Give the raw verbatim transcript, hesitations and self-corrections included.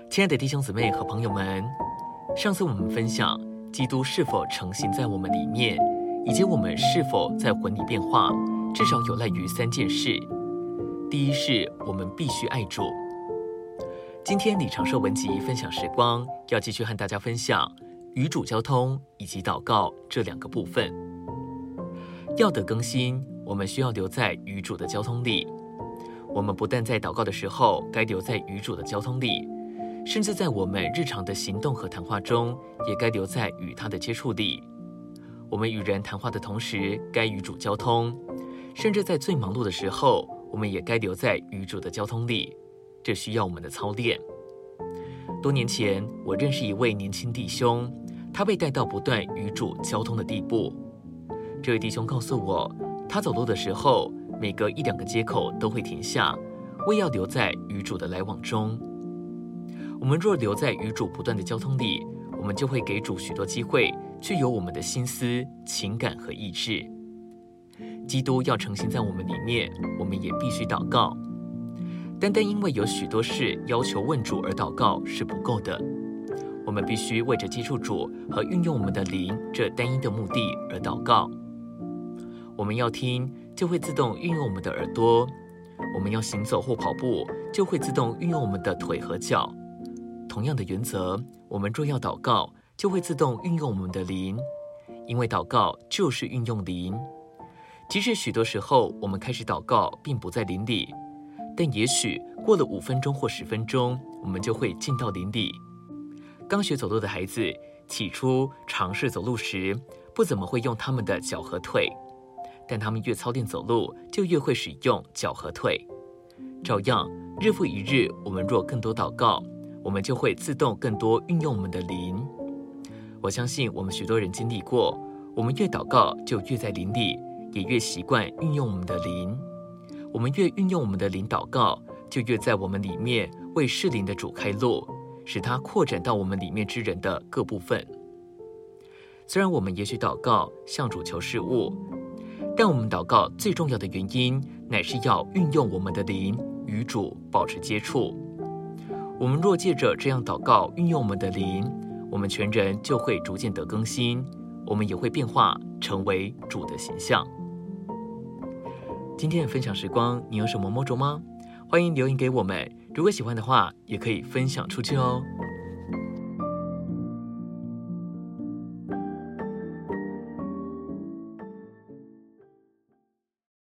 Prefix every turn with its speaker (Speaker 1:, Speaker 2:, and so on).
Speaker 1: 亲爱的弟兄姊妹和朋友们，上次我们分享基督是否成行在我们里面，以及我们是否在魂里变化，至少有赖于三件事。第一是我们必须爱主。今天李长寿文集分享时光要继续和大家分享与主交通以及祷告这两个部分。要得更新，我们需要留在与主的交通里。我们不但在祷告的时候该留在与主的交通里，甚至在我们日常的行动和谈话中也该留在与他的接触里。我们与人谈话的同时该与主交通，甚至在最忙碌的时候我们也该留在与主的交通里。这需要我们的操练。多年前我认识一位年轻弟兄，他被带到不断与主交通的地步。这位弟兄告诉我，他走路的时候每隔一两个街口都会停下，为要留在与主的来往中。我们若留在与主不断的交通里，我们就会给主许多机会去有我们的心思、情感和意志。基督要成行在我们里面，我们也必须祷告。单单因为有许多事要求问主而祷告是不够的，我们必须为着接触主和运用我们的灵这单一的目的而祷告。我们要听，就会自动运用我们的耳朵；我们要行走或跑步，就会自动运用我们的腿和脚。同样的原则，我们若要祷告，就会自动运用我们的灵，因为祷告就是运用灵。即使许多时候我们开始祷告并不在灵里，但也许过了五分钟或十分钟，我们就会进到灵里。刚学走路的孩子，起初尝试走路时，不怎么会用他们的脚和腿，但他们越操练走路，就越会使用脚和腿。照样，日复一日，我们若更多祷告，我们就会自动更多运用我们的灵。我相信我们许多人经历过，我们越祷告就越在灵里，也越习惯运用我们的灵。我们越运用我们的灵祷告，就越在我们里面为适灵的主开路，使它扩展到我们里面之人的各部分。虽然我们也许祷告向主求事物，但我们祷告最重要的原因，乃是要运用我们的灵与主保持接触。我们若借着这样祷告运用我们的灵，我们全人就会逐渐得更新，我们也会变化成为主的形象。今天的分享时光，你有什么摸着吗？欢迎留言给我们，如果喜欢的话，也可以分享出去哦。